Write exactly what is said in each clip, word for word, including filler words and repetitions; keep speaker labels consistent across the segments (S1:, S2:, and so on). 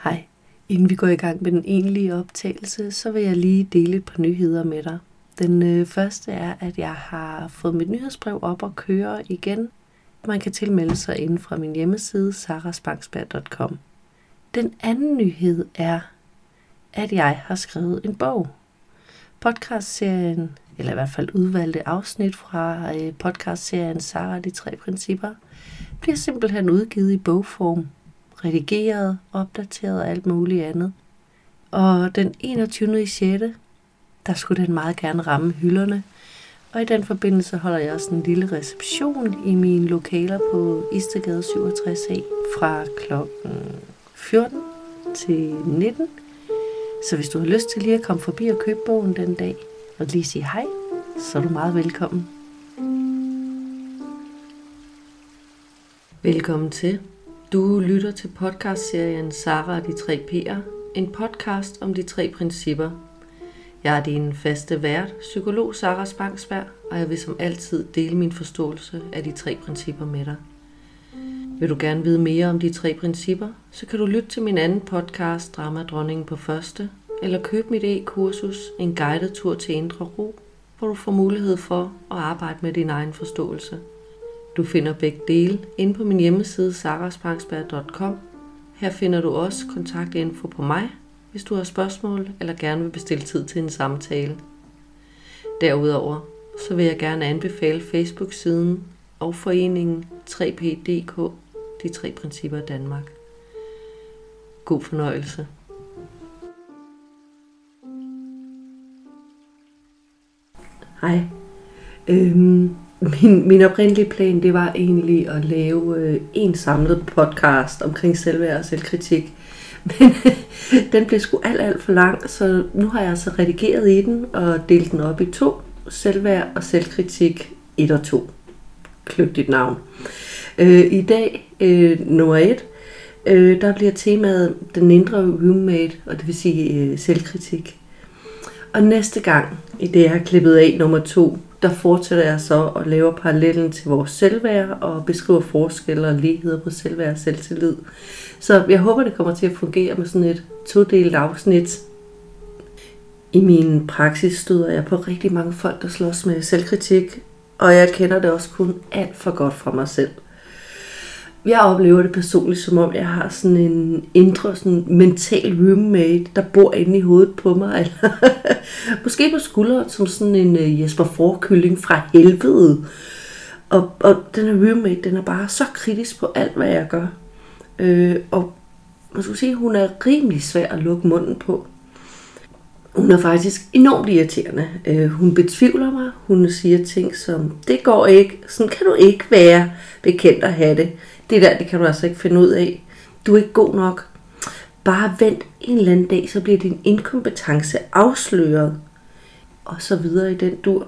S1: Hej. Inden vi går i gang med den egentlige optagelse, så vil jeg lige dele et par nyheder med dig. Den øh, første er, at jeg har fået mit nyhedsbrev op og køre igen. Man kan tilmelde sig inden fra min hjemmeside sara spangsberg punktum com. Den anden nyhed er, at jeg har skrevet en bog. Podcastserien, eller i hvert fald udvalgte afsnit fra øh, podcastserien Sara de tre principper, bliver simpelthen udgivet i bogform, redigeret, opdateret og alt muligt andet. Og den enogtyvende sjette der skulle den meget gerne ramme hylderne. Og i den forbindelse holder jeg også en lille reception i mine lokaler på Istedgade syvogtres A fra klokken fjorten til nitten. Så hvis du har lyst til lige at komme forbi og købe bogen den dag, og lige sige hej, så er du meget velkommen. Velkommen til. Du lytter til podcastserien Sara og de tre P'er, en podcast om de tre principper. Jeg er din faste vært, psykolog Sara Spangsberg, og jeg vil som altid dele min forståelse af de tre principper med dig. Vil du gerne vide mere om de tre principper, så kan du lytte til min anden podcast, Dramadronningen på første, eller købe mit e-kursus, en guided tur til indre ro, hvor du får mulighed for at arbejde med din egen forståelse. Du finder begge dele inde på min hjemmeside sara spangsberg punktum com. Her finder du også kontaktinfo på mig, hvis du har spørgsmål eller gerne vil bestille tid til en samtale. Derudover så vil jeg gerne anbefale Facebook-siden og foreningen tre P punktum D K, de tre principper i Danmark. God fornøjelse. Hej. Øhm, min, min oprindelige plan, det var egentlig at lave øh, en samlet podcast omkring selvværd og selvkritik. Men den blev sgu alt, alt for lang, så nu har jeg altså redigeret i den og delt den op i to. Selvværd og selvkritik et og to. Kløgtigt navn. Øh, I dag, øh, nummer et, øh, der bliver temaet den indre roommate, og det vil sige øh, selvkritik. Og næste gang, i det jeg har klippet af nummer to, der fortsætter jeg så og laver parallellen til vores selvværd og beskriver forskelle og ligheder på selvværd og selvtillid. Så jeg håber, det kommer til at fungere med sådan et todelt afsnit. I min praksis støder jeg på rigtig mange folk, der slås med selvkritik, og jeg kender det også kun alt for godt fra mig selv. Jeg oplever det personligt, som om jeg har sådan en indre sådan mental roommate, der bor inde i hovedet på mig, eller måske på skulderen som sådan en Jesper Forkylling fra helvede. Og, og den her roommate, den er bare så kritisk på alt, hvad jeg gør. Øh, og man skulle sige, hun er rimelig svær at lukke munden på. Hun er faktisk enormt irriterende. Øh, hun betvivler mig. Hun siger ting som, det går ikke. Sådan kan du ikke være bekendt at have det. Det der, det kan du altså ikke finde ud af. Du er ikke god nok. Bare vent en eller anden dag, så bliver din inkompetence afsløret. Og så videre i den dur.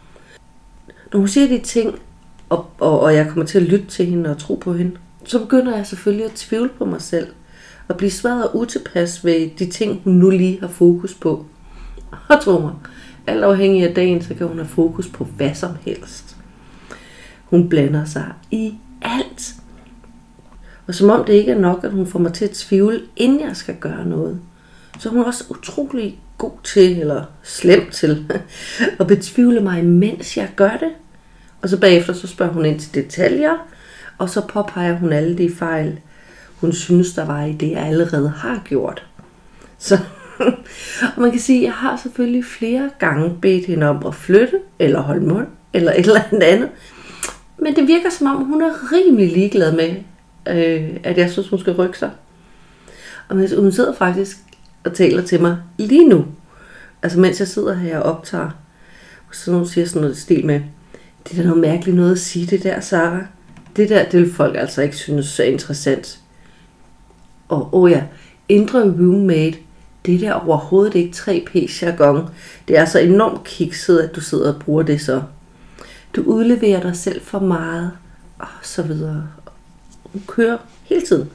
S1: Når hun siger de ting, og, og, og jeg kommer til at lytte til hende og tro på hende, så begynder jeg selvfølgelig at tvivle på mig selv. Og blive svært og utilpas ved de ting, hun nu lige har fokus på. Og tro mig, alt afhængig af dagen, så kan hun have fokus på hvad som helst. Hun blander sig i alt. Og som om det ikke er nok, at hun får mig til at tvivle, inden jeg skal gøre noget, så er hun også utrolig god til, eller slem til, at betvivle mig, mens jeg gør det. Og så bagefter så spørger hun ind til detaljer, og så påpeger hun alle de fejl, hun synes, der var i det, jeg allerede har gjort. Så og man kan sige, at jeg har selvfølgelig flere gange bedt hende om at flytte, eller holde mund, eller et eller andet. Men det virker som om, hun er rimelig ligeglad med, øh, at jeg synes, hun skal rykke sig. Og hun sidder faktisk og taler til mig lige nu. Altså mens jeg sidder her og optager. Så hun siger sådan noget stil med, det er da noget mærkeligt noget at sige det der, Sara. Det der, det vil folk altså ikke synes så interessant. Og åh ja, indre roommate, det der overhovedet ikke tre P-jargon. Det er så enormt kikset, at du sidder og bruger det så. Du udleverer dig selv for meget, og så videre. Hun kører hele tiden.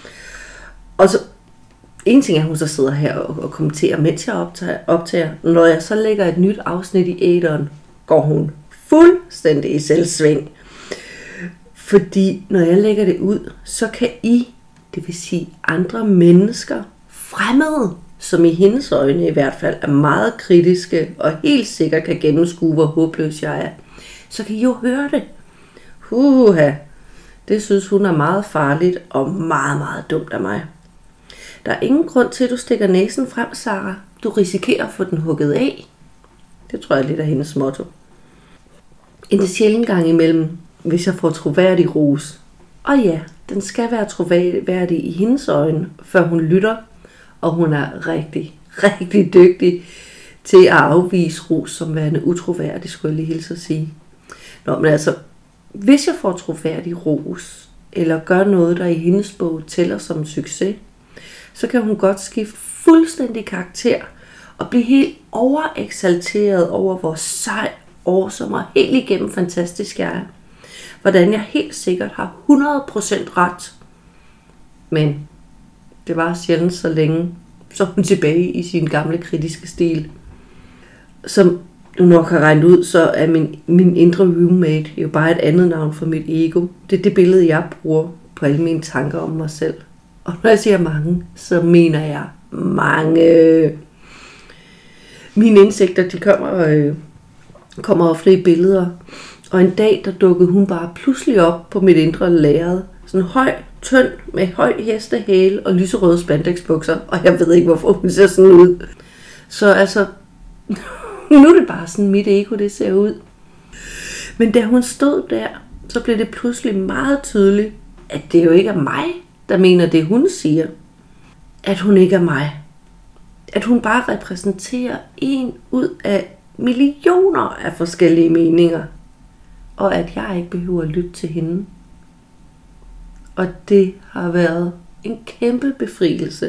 S1: Og så, en ting er, at hun så sidder her og, og kommenterer, mens jeg optager, optager. Når jeg så lægger et nyt afsnit i æteren, går hun fuldstændig i selvsving. Fordi når jeg lægger det ud, så kan I, det vil sige andre mennesker, fremmede, som i hendes øjne i hvert fald er meget kritiske og helt sikkert kan gennemskue, hvor håbløs jeg er, så kan I jo høre det. Huha, det synes hun er meget farligt og meget, meget dumt af mig. Der er ingen grund til, at du stikker næsen frem, Sarah. Du risikerer at få den hugget af. Det tror jeg er lidt af hendes motto. En sjælden gang imellem, hvis jeg får troværdig ros. Og ja, den skal være troværdig i hendes øjne, før hun lytter. Og hun er rigtig, rigtig dygtig til at afvise ros som værende utroværdig, skulle jeg lige hilse at sige. Nå, men altså, hvis jeg får troværdig ros, eller gør noget, der i hendes bog tæller som en succes, så kan hun godt skifte fuldstændig karakter og blive helt overeksalteret over, hvor sej, awesome og helt igennem fantastisk jeg er. Hvordan jeg helt sikkert har hundrede procent ret. Men det var sjældent så længe, så er hun tilbage i sin gamle kritiske stil. Som du nok har regnet ud, så er min, min indre roommate jo bare et andet navn for mit ego. Det er det billede, jeg bruger på alle mine tanker om mig selv. Og når jeg siger mange, så mener jeg mange. Mine indsigter, de kommer, øh, kommer ofte i billeder. Og en dag, der dukkede hun bare pludselig op på mit indre lærred. Sådan høj, tynd, med høj hestehale og lyserøde spandexbukser. Og jeg ved ikke, hvorfor hun ser sådan ud. Så altså, nu er det bare sådan, mit ego det ser ud. Men da hun stod der, så blev det pludselig meget tydeligt, at det jo ikke er mig, der mener det, hun siger. At hun ikke er mig. At hun bare repræsenterer en ud af millioner af forskellige meninger. Og at jeg ikke behøver at lytte til hende. Og det har været en kæmpe befrielse.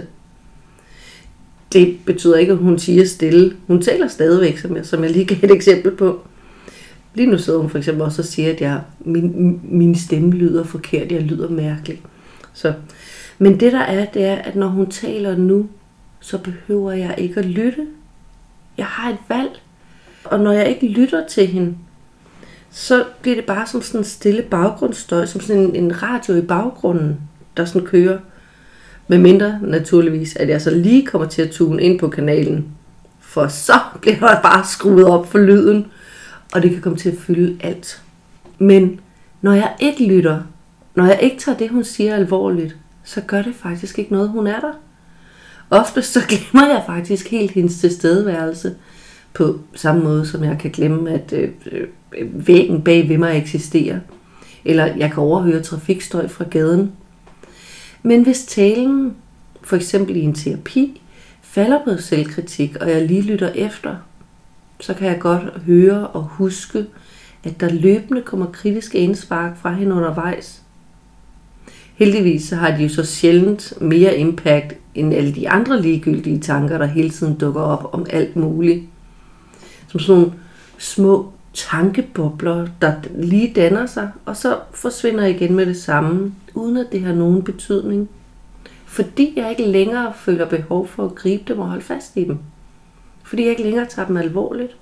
S1: Det betyder ikke, at hun siger stille. Hun taler stadigvæk, som jeg, som jeg lige gav et eksempel på. Lige nu sidder hun for eksempel også og siger, at jeg, min, min stemme lyder forkert, jeg lyder mærkeligt. Så, men det der er, det er, at når hun taler nu, så behøver jeg ikke at lytte. Jeg har et valg. Og når jeg ikke lytter til hende, så bliver det bare som sådan en stille baggrundsstøj, som sådan en, en radio i baggrunden, der sådan kører. Med mindre naturligvis, at jeg så lige kommer til at tune ind på kanalen. For så bliver der bare skruet op for lyden, og det kan komme til at fylde alt. Men når jeg ikke lytter, når jeg ikke tager det, hun siger alvorligt, så gør det faktisk ikke noget, hun er der. Ofte så glemmer jeg faktisk helt hendes tilstedeværelse, på samme måde som jeg kan glemme, at øh, øh, væggen bag ved mig eksisterer. Eller jeg kan overhøre trafikstøj fra gaden. Men hvis talen, for eksempel i en terapi, falder på selvkritik, og jeg lige lytter efter, så kan jeg godt høre og huske, at der løbende kommer kritiske indspark fra hende undervejs. Heldigvis så har de jo så sjældent mere impact end alle de andre ligegyldige tanker, der hele tiden dukker op om alt muligt. Som sådan nogle små tankebobler, der lige danner sig, og så forsvinder igen med det samme, uden at det har nogen betydning. Fordi jeg ikke længere føler behov for at gribe dem og holde fast i dem. Fordi jeg ikke længere tager dem alvorligt.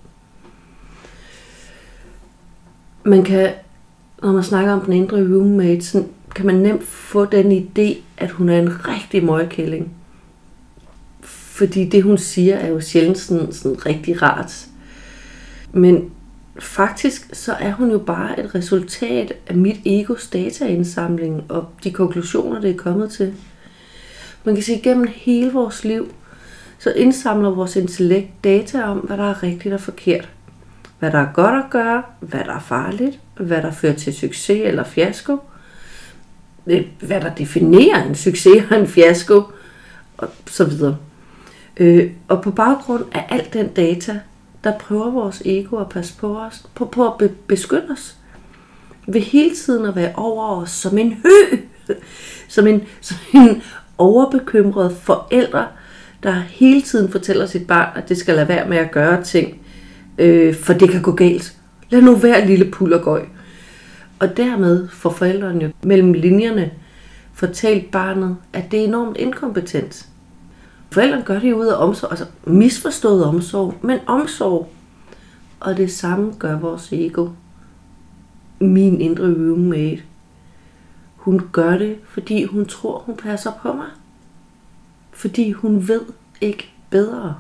S1: Man kan, når man snakker om den indre roommate, så kan man nemt få den idé, at hun er en rigtig møgkælling. Fordi det, hun siger, er jo sjældent sådan, sådan rigtig rart. Men faktisk så er hun jo bare et resultat af mit egos dataindsamling og de konklusioner, det er kommet til. Man kan sige, at gennem hele vores liv, så indsamler vores intellekt data om, hvad der er rigtigt og forkert. Hvad der er godt at gøre, hvad der er farligt, hvad der fører til succes eller fiasko. Hvad der definerer en succes og en fiasko, og så videre. Og på baggrund af al den data, der prøver vores ego at passe på os, på, på at be, beskytte os. Ved hele tiden at være over os som en hø, som en, som en overbekymret forælder, der hele tiden fortæller sit barn, at det skal lade være med at gøre ting, øh, for det kan gå galt. Lad nu være, lille pullergøj. Og dermed får forældrene jo mellem linjerne fortalt barnet, at det er enormt inkompetent. Forældrene gør det jo ud af omsorg, altså misforstået omsorg, men omsorg. Og det samme gør vores ego. Min indre roommate. Hun gør det, fordi hun tror, hun passer på mig. fordi hun ved ikke bedre.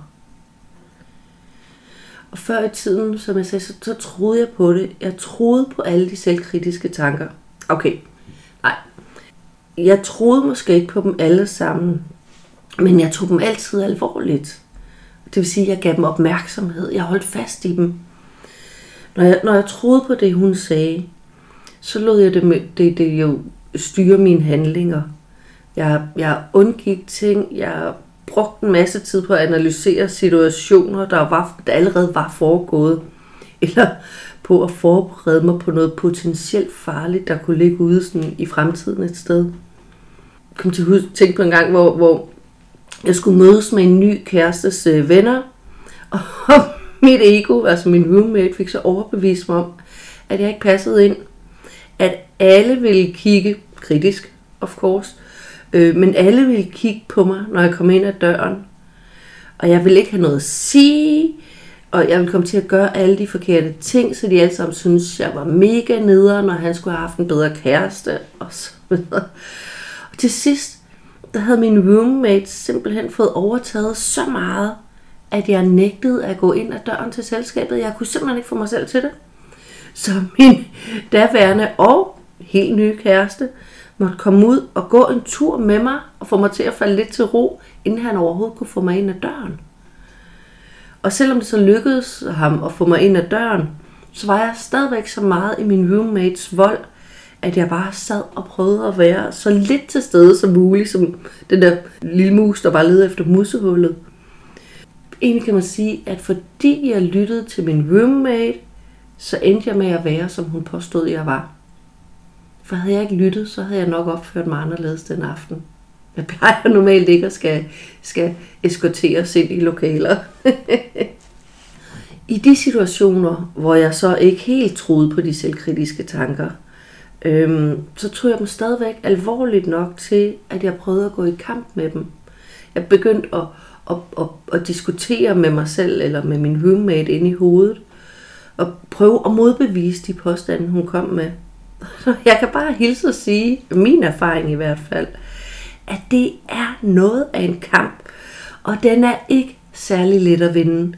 S1: Og før i tiden, som jeg sagde, så, så troede jeg på det. Jeg troede på alle de selvkritiske tanker. Okay, nej. Jeg troede måske ikke på dem alle sammen, men jeg tog dem altid alvorligt. Det vil sige, at jeg gav dem opmærksomhed. Jeg holdt fast i dem. Når jeg, når jeg troede på det, hun sagde, så lod jeg det, det, det jo styre mine handlinger. Jeg, jeg undgik ting. Jeg brugte en masse tid på at analysere situationer, der, var, der allerede var foregået. Eller på at forberede mig på noget potentielt farligt, der kunne ligge ude sådan i fremtiden et sted. Jeg kom til at tænke på en gang, hvor, hvor jeg skulle mødes med en ny kærestes øh, venner, og mit ego, altså min roommate, fik så overbevist mig om, at jeg ikke passede ind. At alle ville kigge, kritisk of course, øh, men alle ville kigge på mig, når jeg kom ind ad døren. Og jeg ville ikke have noget at sige, og jeg ville komme til at gøre alle de forkerte ting, så de alle sammen syntes, jeg var mega nederen, og han skulle have haft en bedre kæreste, og så videre. Og til sidst, der havde min roommate simpelthen fået overtaget så meget, at jeg nægtede at gå ind ad døren til selskabet. Jeg kunne simpelthen ikke få mig selv til det. Så min daværende og helt nye kæreste måtte komme ud og gå en tur med mig og få mig til at falde lidt til ro, inden han overhovedet kunne få mig ind ad døren. Og selvom det så lykkedes ham at få mig ind ad døren, så var jeg stadigvæk så meget i min roommates vold, at jeg bare sad og prøvede at være så lidt til stede som muligt, som den der lille mus, der bare leder efter musehullet. Egentlig kan man sige, at fordi jeg lyttede til min roommate, så endte jeg med at være, som hun påstod, jeg var. For havde jeg ikke lyttet, så havde jeg nok opført mig anderledes den aften. Jeg plejer normalt ikke at skal, skal eskorteres ind i lokaler. I de situationer, hvor jeg så ikke helt troede på de selvkritiske tanker, øhm, så tog jeg dem stadigvæk alvorligt nok til, at jeg prøvede at gå i kamp med dem. Jeg begyndte at, at, at, at diskutere med mig selv eller med min roommate inde i hovedet, og prøve at modbevise de påstande, hun kom med. Jeg kan bare hilse at sige, min erfaring i hvert fald, at det er noget af en kamp, og den er ikke særlig let at vinde.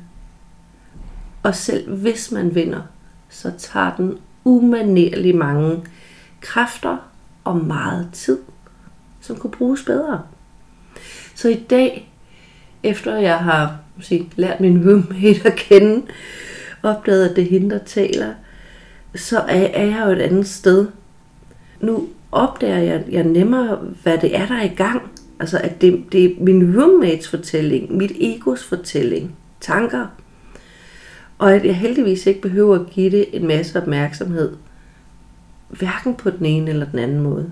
S1: Og selv hvis man vinder, så tager den umanerligt mange kræfter og meget tid, som kunne bruges bedre. Så i dag, efter jeg har sige, lært min roommate at kende, opdaget, at det er hende, der taler, så er, er jeg jo et andet sted. Nu opdager jeg, jeg nemmere, hvad det er, der er i gang. Altså, at det, det er min roommates fortælling, mit egos fortælling, tanker. Og at jeg heldigvis ikke behøver at give det en masse opmærksomhed. Hverken på den ene eller den anden måde.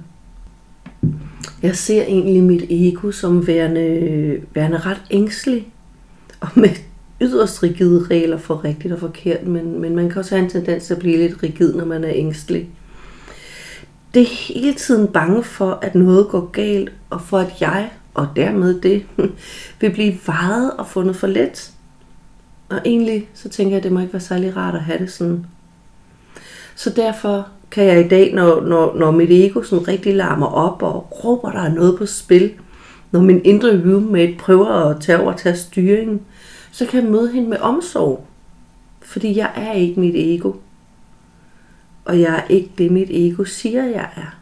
S1: Jeg ser egentlig mit ego som værende, værende ret ængstelig. Og med yderst rigide regler for rigtigt og forkert, men, men man kan også have en tendens til at blive lidt rigid, når man er ængstelig. Det er hele tiden bange for, at noget går galt, og for at jeg, og dermed det, vil blive vejet og fundet for let. Og egentlig så tænker jeg, at det må ikke være særlig rart at have det sådan. Så derfor kan jeg i dag, når, når, når mit ego sådan rigtig larmer op og råber, der er noget på spil, når min indre roommate prøver at tage over til styringen, så kan jeg møde hende med omsorg. Fordi jeg er ikke mit ego. Og jeg er ikke det, mit ego siger, jeg er.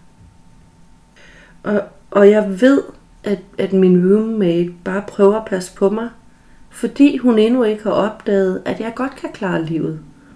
S1: Og, og jeg ved, at, at min roommate bare prøver at passe på mig, fordi hun endnu ikke har opdaget, at jeg godt kan klare livet.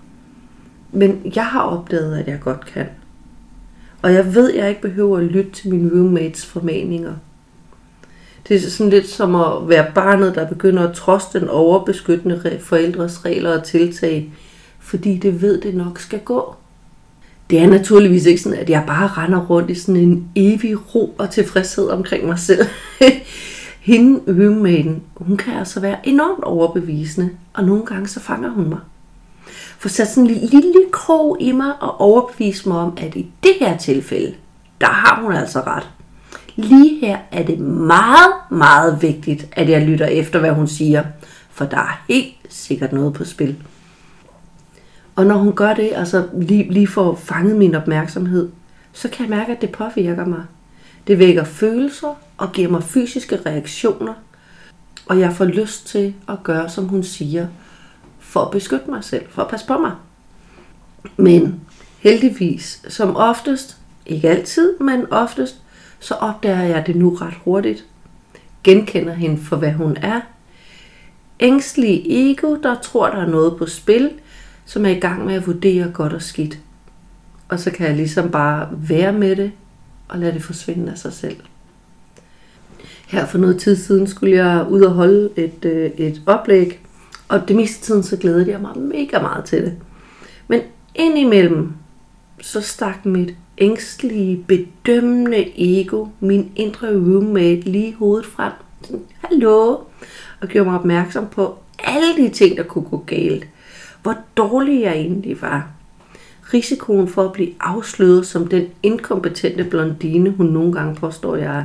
S1: Men jeg har opdaget, at jeg godt kan. Og jeg ved, at jeg ikke behøver at lytte til min roommates formaninger. Det er sådan lidt som at være barnet, der begynder at trodse den overbeskyttende forældres regler og tiltag, fordi det ved, det nok skal gå. Det er naturligvis ikke sådan, at jeg bare render rundt i sådan en evig ro og tilfredshed omkring mig selv. Hende, roommaten, hun kan altså være enormt overbevisende, og nogle gange så fanger hun mig. For sat sådan en lille krog i mig og overbevise mig om, at i det her tilfælde, der har hun altså ret. Lige her er det meget, meget vigtigt, at jeg lytter efter, hvad hun siger, for der er helt sikkert noget på spil. Og når hun gør det, altså lige, lige får fanget min opmærksomhed, så kan jeg mærke, at det påvirker mig. Det vækker følelser og giver mig fysiske reaktioner, Og jeg får lyst til at gøre, som hun siger, for at beskytte mig selv, for at passe på mig. Men heldigvis, som oftest, ikke altid, men oftest, så opdager jeg det nu ret hurtigt. Genkender hende for, hvad hun er. Ængstelig ego, der tror, der er noget på spil, som er i gang med at vurdere godt og skidt. Og så kan jeg ligesom bare være med det, og lade det forsvinde af sig selv. Her for noget tid siden skulle jeg ud og holde et, øh, et oplæg, og det meste tiden så glædede jeg mig mega meget til det. Men indimellem, så stak mit ængstlige, bedømmende ego, min indre roommate, lige hovedet frem. Sådan, hallo, og gjorde mig opmærksom på alle de ting, der kunne gå galt. Hvor dårlig jeg egentlig var. Risikoen for at blive afsløret som den inkompetente blondine, hun nogle gange påstår, jeg er.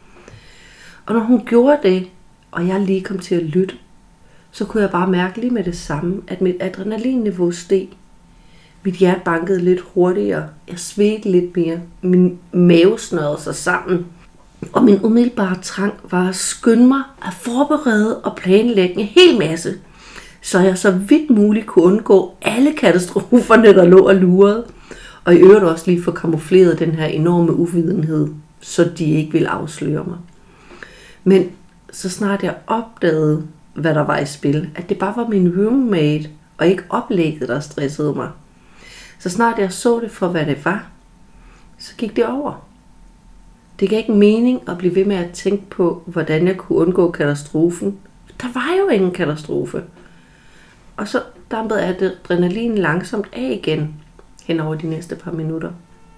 S1: Og når hun gjorde det, og jeg lige kom til at lytte, så kunne jeg bare mærke lige med det samme, at mit adrenalinniveau steg. Mit hjerte bankede lidt hurtigere, jeg svedte lidt mere, min mave snørrede sig sammen. Og min umiddelbare trang var at skynde mig at forberede og planlægge en hel masse, så jeg så vidt muligt kunne undgå alle katastroferne, der lå og lurede. Og i øvrigt også lige få kamufleret den her enorme uvidenhed, så de ikke ville afsløre mig. Men så snart jeg opdagede, hvad der var i spil, at det bare var min roommate og ikke oplægget, der stressede mig. Så snart jeg så det for, hvad det var, så gik det over. Det gav ikke mening at blive ved med at tænke på, hvordan jeg kunne undgå katastrofen. Der var jo ingen katastrofe. Og så dampede adrenalin langsomt af igen hen over de næste par minutter.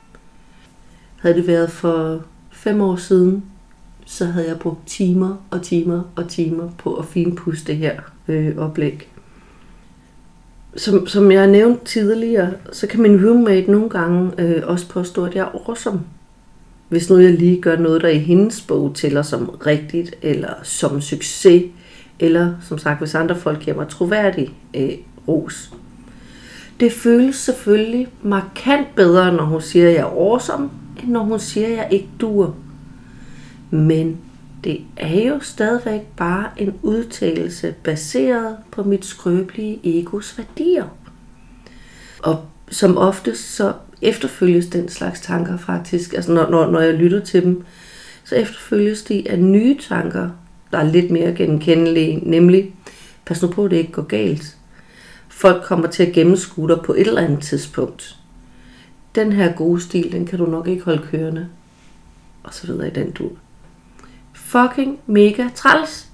S1: Havde det været for fem år siden, så havde jeg brugt timer og timer og timer på at finpudse det her øh, oplæg. Som, som jeg nævnte tidligere, så kan min roommate nogle gange øh, også påstå, at jeg er awesome. Hvis nu jeg lige gør noget, der i hendes bog tæller som rigtigt, eller som succes, eller som sagt, hvis andre folk giver mig troværdig øh, ros. Det føles selvfølgelig markant bedre, når hun siger, at jeg er awesome, end når hun siger, at jeg ikke duer. Men det er jo stadigvæk bare en udtalelse baseret på mit skrøbelige egos værdier. Og som oftest så efterfølges den slags tanker faktisk, altså når, når, når jeg lytter til dem, så efterfølges de af nye tanker, der er lidt mere genkendelige, nemlig, pas nu på, at det ikke går galt. Folk kommer til at gennemskue dig på et eller andet tidspunkt. Den her gode stil, den kan du nok ikke holde kørende. Og så videre i den dur. Fucking mega træls.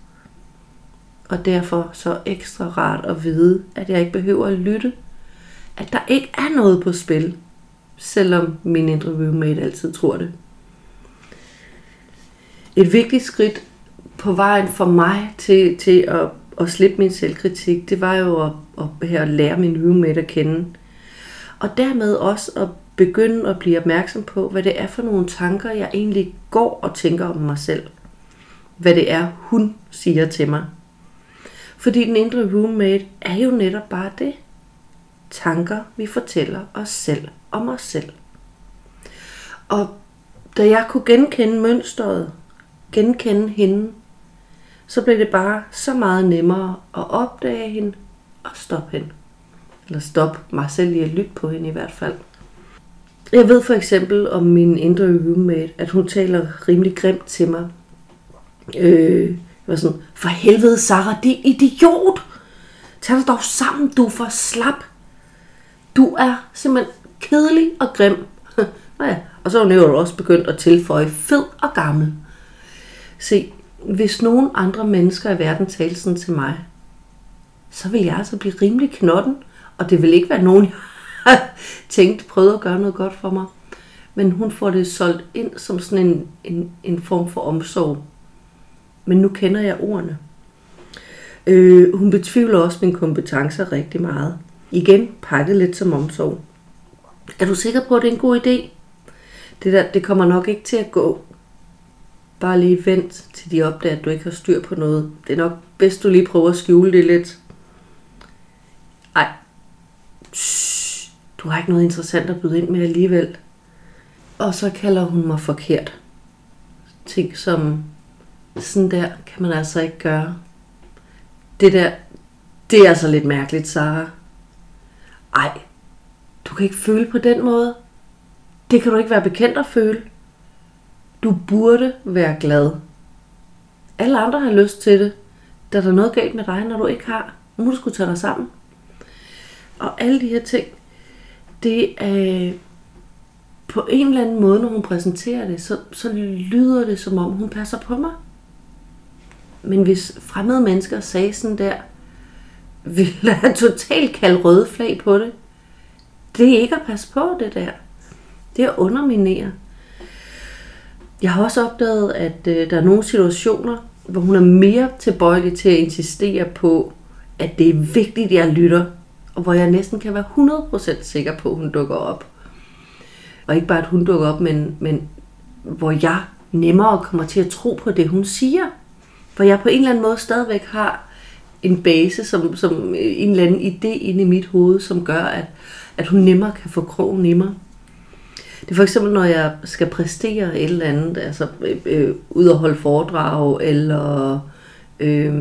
S1: Og derfor så ekstra rart at vide, at jeg ikke behøver at lytte. At der ikke er noget på spil. Selvom min indre roommate altid tror det. Et vigtigt skridt på vejen for mig til, til at, at slippe min selvkritik, det var jo at, at, at lære min roommate at kende. Og dermed også at begynde at blive opmærksom på, hvad det er for nogle tanker, jeg egentlig går og tænker om mig selv. Hvad det er, hun siger til mig. Fordi den indre roommate er jo netop bare det. Tanker, vi fortæller os selv om os selv. Og da jeg kunne genkende mønstret, genkende hende, så blev det bare så meget nemmere at opdage hende og stoppe hende. Eller stoppe mig selv i at lytte på hende i hvert fald. Jeg ved for eksempel om min indre roommate, at hun taler rimelig grimt til mig. Øh, jeg var sådan, for helvede Sarah, det er idiot! Tag dig dog sammen, du er for slap. Du er simpelthen kedelig og grim. Nå ja, og så er hun jo også begyndt at tilføje fed og gammel. Se, hvis nogen andre mennesker i verden talte sådan til mig, så vil jeg altså blive rimelig knotten, og det vil ikke være nogen, jeg har tænkt, prøvet at gøre noget godt for mig. Men hun får det solgt ind som sådan en, en, en form for omsorg. Men nu kender jeg ordene. Øh, hun betvivler også mine kompetencer rigtig meget. Igen pakket lidt som omsorg. Er du sikker på, at det er en god idé? Det der, det kommer nok ikke til at gå. Bare lige vent, til de opdager, at du ikke har styr på noget. Det er nok bedst, du lige prøver at skjule det lidt. Ej. Shh, du har ikke noget interessant at byde ind med alligevel. Og så kalder hun mig forkert. Ting som, sådan der kan man altså ikke gøre. det der, det er altså lidt mærkeligt, Sara. Ej, du kan ikke føle på den måde. Det kan du ikke være bekendt at føle. Du burde være glad. Alle andre har lyst til det. Der er der noget galt med dig, når du ikke har. Nu må du skulle tage dig sammen. Og alle de her ting, det er på en eller anden måde, når hun præsenterer det, så, så lyder det, som om hun passer på mig. Men hvis fremmede mennesker sagde sådan der, ville jeg totalt kalde røde flag på det. Det er ikke at passe på det der. Det er at underminere. Jeg har også opdaget, at øh, der er nogle situationer, hvor hun er mere tilbøjelig til at insistere på, at det er vigtigt, at jeg lytter, og hvor jeg næsten kan være hundrede procent sikker på, at hun dukker op. Og ikke bare, at hun dukker op, men, men hvor jeg nemmere kommer til at tro på det, hun siger. For jeg på en eller anden måde stadigvæk har en base, som, som en eller anden idé inde i mit hoved, som gør, at, at hun nemmere kan få krogen i mig. Det er for eksempel, når jeg skal præstere et eller andet, altså øh, øh, ud at holde foredrag, eller, øh,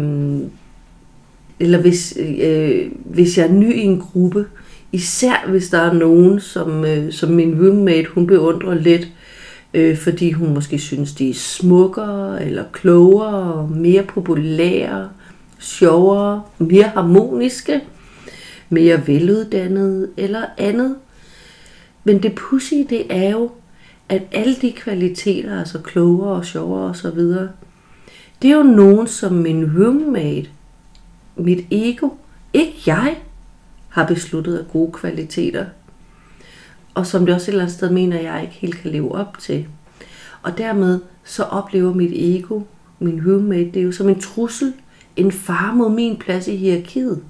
S1: eller hvis, øh, hvis jeg er ny i en gruppe, især hvis der er nogen, som, øh, som min roommate, hun beundrer lidt, øh, fordi hun måske synes, de er smukkere, eller klogere, mere populære, sjovere, mere harmoniske, mere veluddannede, eller andet. Men det pudsige, det er jo, at alle de kvaliteter, altså klogere og sjovere og så videre, det er jo nogen, som min roommate, mit ego, ikke jeg, har besluttet af gode kvaliteter. Og som det også et eller andet sted mener, jeg ikke helt kan leve op til. Og dermed så oplever mit ego, min roommate, det er jo som en trussel, en fare mod min plads i hierarkiet.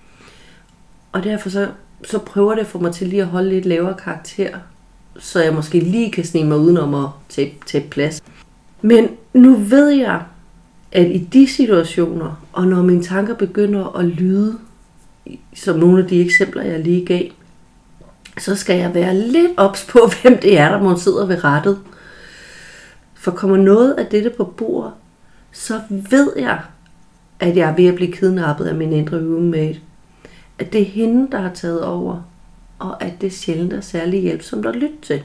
S1: Og derfor så så prøver det for mig til lige at holde lidt lavere karakter, så jeg måske lige kan snige mig udenom at tage, tage plads. Men nu ved jeg, at i de situationer, og når mine tanker begynder at lyde, som nogle af de eksempler, jeg lige gav, så skal jeg være lidt ops på, hvem det er, der må sidde ved rattet. For kommer noget af dette på bordet, så ved jeg, at jeg er ved at blive kidnappet af min indre roommate. At det er hende, der har taget over, og at det sjældent er særlig hjælpsomt at lytte til.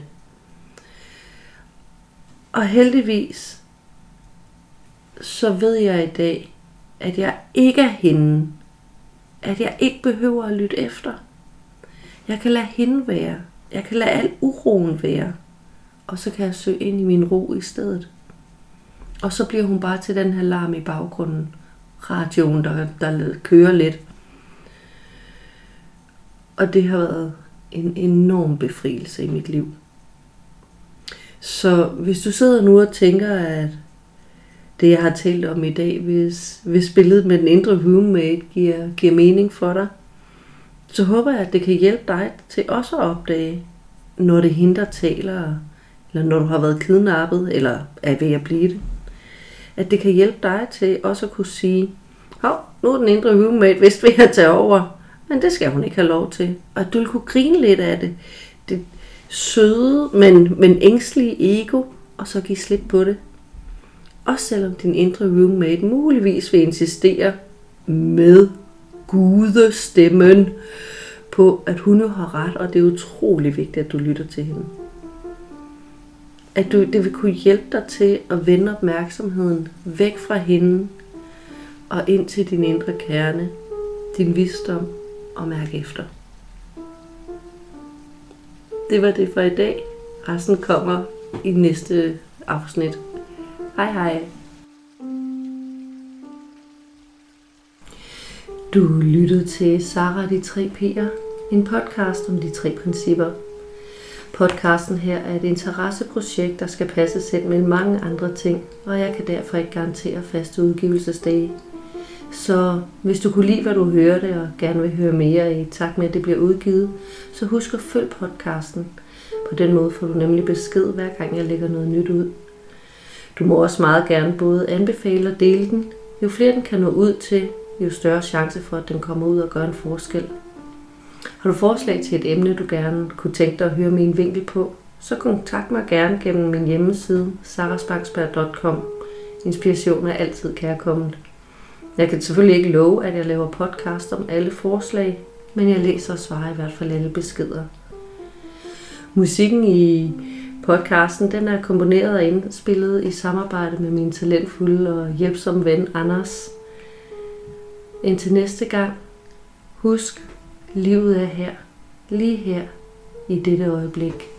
S1: Og heldigvis, så ved jeg i dag, at jeg ikke er hende, at jeg ikke behøver at lytte efter. Jeg kan lade hende være, jeg kan lade al uroen være, og så kan jeg søge ind i min ro i stedet. Og så bliver hun bare til den her larm i baggrunden, radioen, der, der kører lidt. Og det har været en enorm befrielse i mit liv. Så hvis du sidder nu og tænker, at det jeg har talt om i dag, hvis, hvis billedet med den indre roommate giver, giver mening for dig, så håber jeg, at det kan hjælpe dig til også at opdage, når det er hende, der taler, eller når du har været kidnappet, eller er ved at blive det. At det kan hjælpe dig til også at kunne sige, hov, nu er den indre roommate vist ved at tage over, men det skal hun ikke have lov til. Og at du vil kunne grine lidt af det. Det søde, men, men ængstlige ego, og så give slip på det. Også selvom din indre roommate muligvis vil insistere med gudestemmen på, at hun jo har ret, og det er utrolig vigtigt, at du lytter til hende. At du, det vil kunne hjælpe dig til at vende opmærksomheden væk fra hende og ind til din indre kerne, din visdom og mærke efter. Det var det for i dag. Resten kommer i næste afsnit. Hej hej. Du lyttede til Sara og de tre P'er, en podcast om de tre principper. Podcasten her er et interesseprojekt, der skal passes ind mellem mange andre ting, og jeg kan derfor ikke garantere faste udgivelsesdage. Så hvis du kunne lide, hvad du hørte, og gerne vil høre mere i takt med, at det bliver udgivet, så husk at følge podcasten. På den måde får du nemlig besked, hver gang jeg lægger noget nyt ud. Du må også meget gerne både anbefale og dele den. Jo flere den kan nå ud til, jo større chance for, at den kommer ud og gør en forskel. Har du forslag til et emne, du gerne kunne tænke dig at høre min vinkel på, så kontakt mig gerne gennem min hjemmeside sara spangsberg punktum com. Inspiration er altid kærkommen. Jeg kan selvfølgelig ikke love, at jeg laver podcast om alle forslag, men jeg læser og svarer i hvert fald alle beskeder. Musikken i podcasten den er komponeret og indspillet i samarbejde med min talentfulde og hjælpsomme ven Anders. Indtil næste gang, husk, livet er her, lige her, i dette øjeblik.